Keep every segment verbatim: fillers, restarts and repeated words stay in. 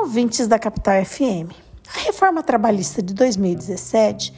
Ouvintes da Capital F M. A reforma trabalhista de dois mil e dezessete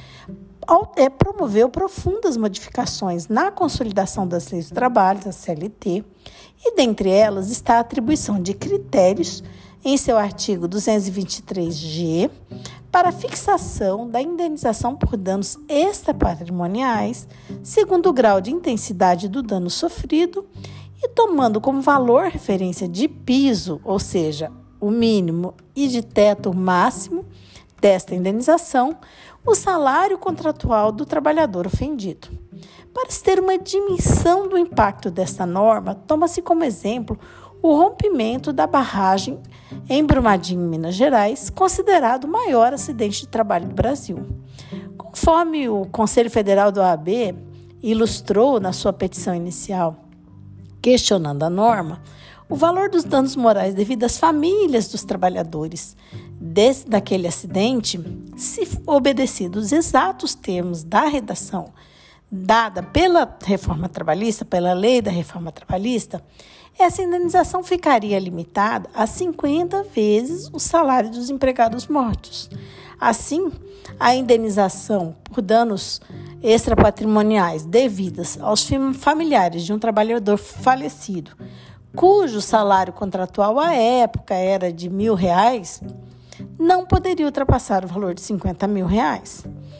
promoveu profundas modificações na consolidação das leis do trabalho, da C L T, e dentre elas está a atribuição de critérios, em seu artigo duzentos e vinte e três G, para a fixação da indenização por danos extrapatrimoniais, segundo o grau de intensidade do dano sofrido, e tomando como valor referência de piso, ou seja, o mínimo, e de teto máximo desta indenização, o salário contratual do trabalhador ofendido. Para se ter uma dimensão do impacto desta norma, toma-se como exemplo o rompimento da barragem em Brumadinho, Minas Gerais, considerado o maior acidente de trabalho do Brasil. Conforme o Conselho Federal da O A B ilustrou na sua petição inicial, questionando a norma, o valor dos danos morais devido às famílias dos trabalhadores desse, daquele acidente, se obedecidos os exatos termos da redação dada pela reforma trabalhista, pela lei da reforma trabalhista, essa indenização ficaria limitada a cinquenta vezes o salário dos empregados mortos. Assim, a indenização por danos extrapatrimoniais devidas aos familiares de um trabalhador falecido, cujo salário contratual à época era de mil reais, não poderia ultrapassar o valor de cinquenta mil reais.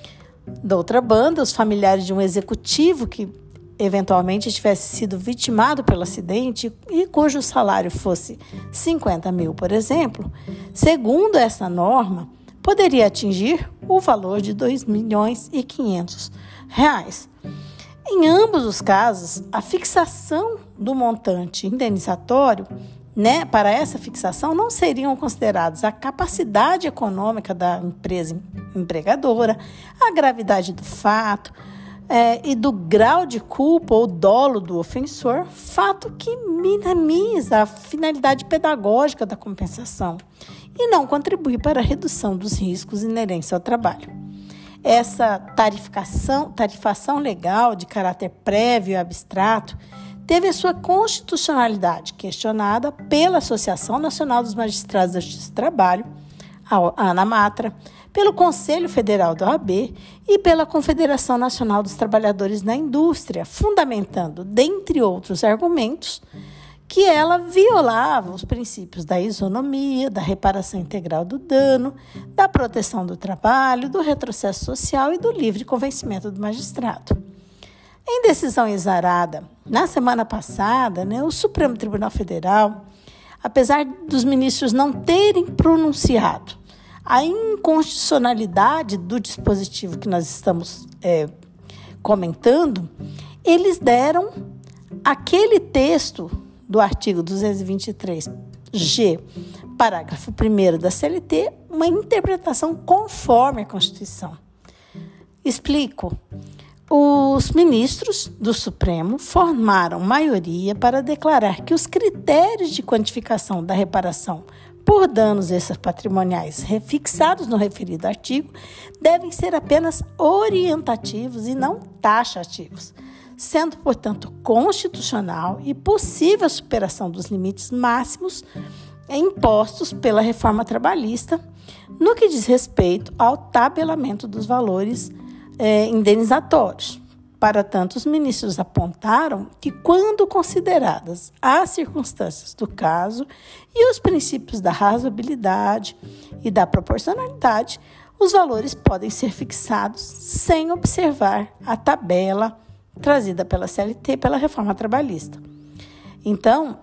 Da outra banda, os familiares de um executivo que eventualmente tivesse sido vitimado pelo acidente e cujo salário fosse cinquenta mil, por exemplo, segundo essa norma, poderia atingir o valor de dois milhões e quinhentos reais. Em ambos os casos, a fixação do montante indenizatório, né, para essa fixação não seriam considerados a capacidade econômica da empresa empregadora, a gravidade do fato é, e do grau de culpa ou dolo do ofensor, fato que minimiza a finalidade pedagógica da compensação e não contribui para a redução dos riscos inerentes ao trabalho. Essa tarifação, tarifação legal de caráter prévio e abstrato teve a sua constitucionalidade questionada pela Associação Nacional dos Magistrados da Justiça do Trabalho, a ANAMATRA, pelo Conselho Federal da O A B e pela Confederação Nacional dos Trabalhadores na Indústria, fundamentando, dentre outros argumentos, que ela violava os princípios da isonomia, da reparação integral do dano, da proteção do trabalho, do retrocesso social e do livre convencimento do magistrado. Em decisão exarada, na semana passada, né, o Supremo Tribunal Federal, apesar dos ministros não terem pronunciado a inconstitucionalidade do dispositivo que nós estamos é, comentando, eles deram aquele texto do artigo duzentos e vinte e três G, parágrafo primeiro da C L T, uma interpretação conforme a Constituição. Explico. Os ministros do Supremo formaram maioria para declarar que os critérios de quantificação da reparação por danos extrapatrimoniais fixados no referido artigo devem ser apenas orientativos e não taxativos, sendo, portanto, constitucional e possível a superação dos limites máximos impostos pela reforma trabalhista no que diz respeito ao tabelamento dos valores eh, indenizatórios. Para tanto, os ministros apontaram que, quando consideradas as circunstâncias do caso e os princípios da razoabilidade e da proporcionalidade, os valores podem ser fixados sem observar a tabela trazida pela C L T pela reforma trabalhista. Então,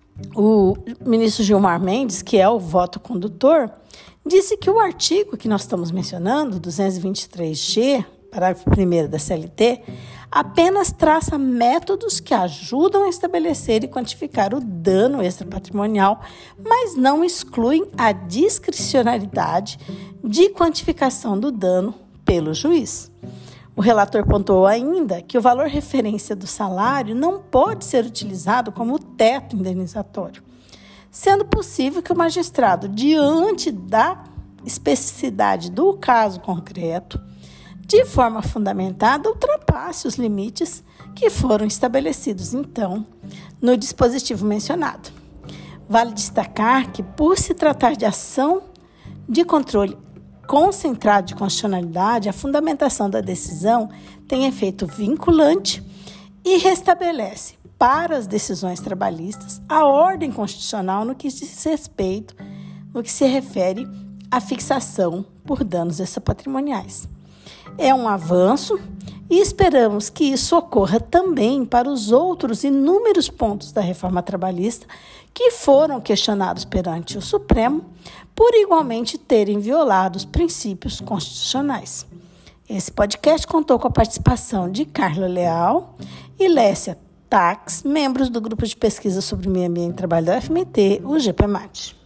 o ministro Gilmar Mendes, que é o voto condutor, disse que o artigo que nós estamos mencionando, duzentos e vinte e três G, parágrafo primeiro da C L T, apenas traça métodos que ajudam a estabelecer e quantificar o dano extrapatrimonial, mas não excluem a discricionalidade de quantificação do dano pelo juiz. O relator pontuou ainda que o valor referência do salário não pode ser utilizado como teto indenizatório, sendo possível que o magistrado, diante da especificidade do caso concreto, de forma fundamentada, ultrapasse os limites que foram estabelecidos, então, no dispositivo mencionado. Vale destacar que, por se tratar de ação de controle concentrado de constitucionalidade, a fundamentação da decisão tem efeito vinculante e restabelece, para as decisões trabalhistas, a ordem constitucional no que diz respeito, no que se refere à fixação por danos extrapatrimoniais. É um avanço e esperamos que isso ocorra também para os outros inúmeros pontos da reforma trabalhista que foram questionados perante o Supremo por igualmente terem violado os princípios constitucionais. Esse podcast contou com a participação de Carla Leal e Lécia Tax, membros do Grupo de Pesquisa sobre Meio Ambiente e Trabalho da U F M T, o G P M A T.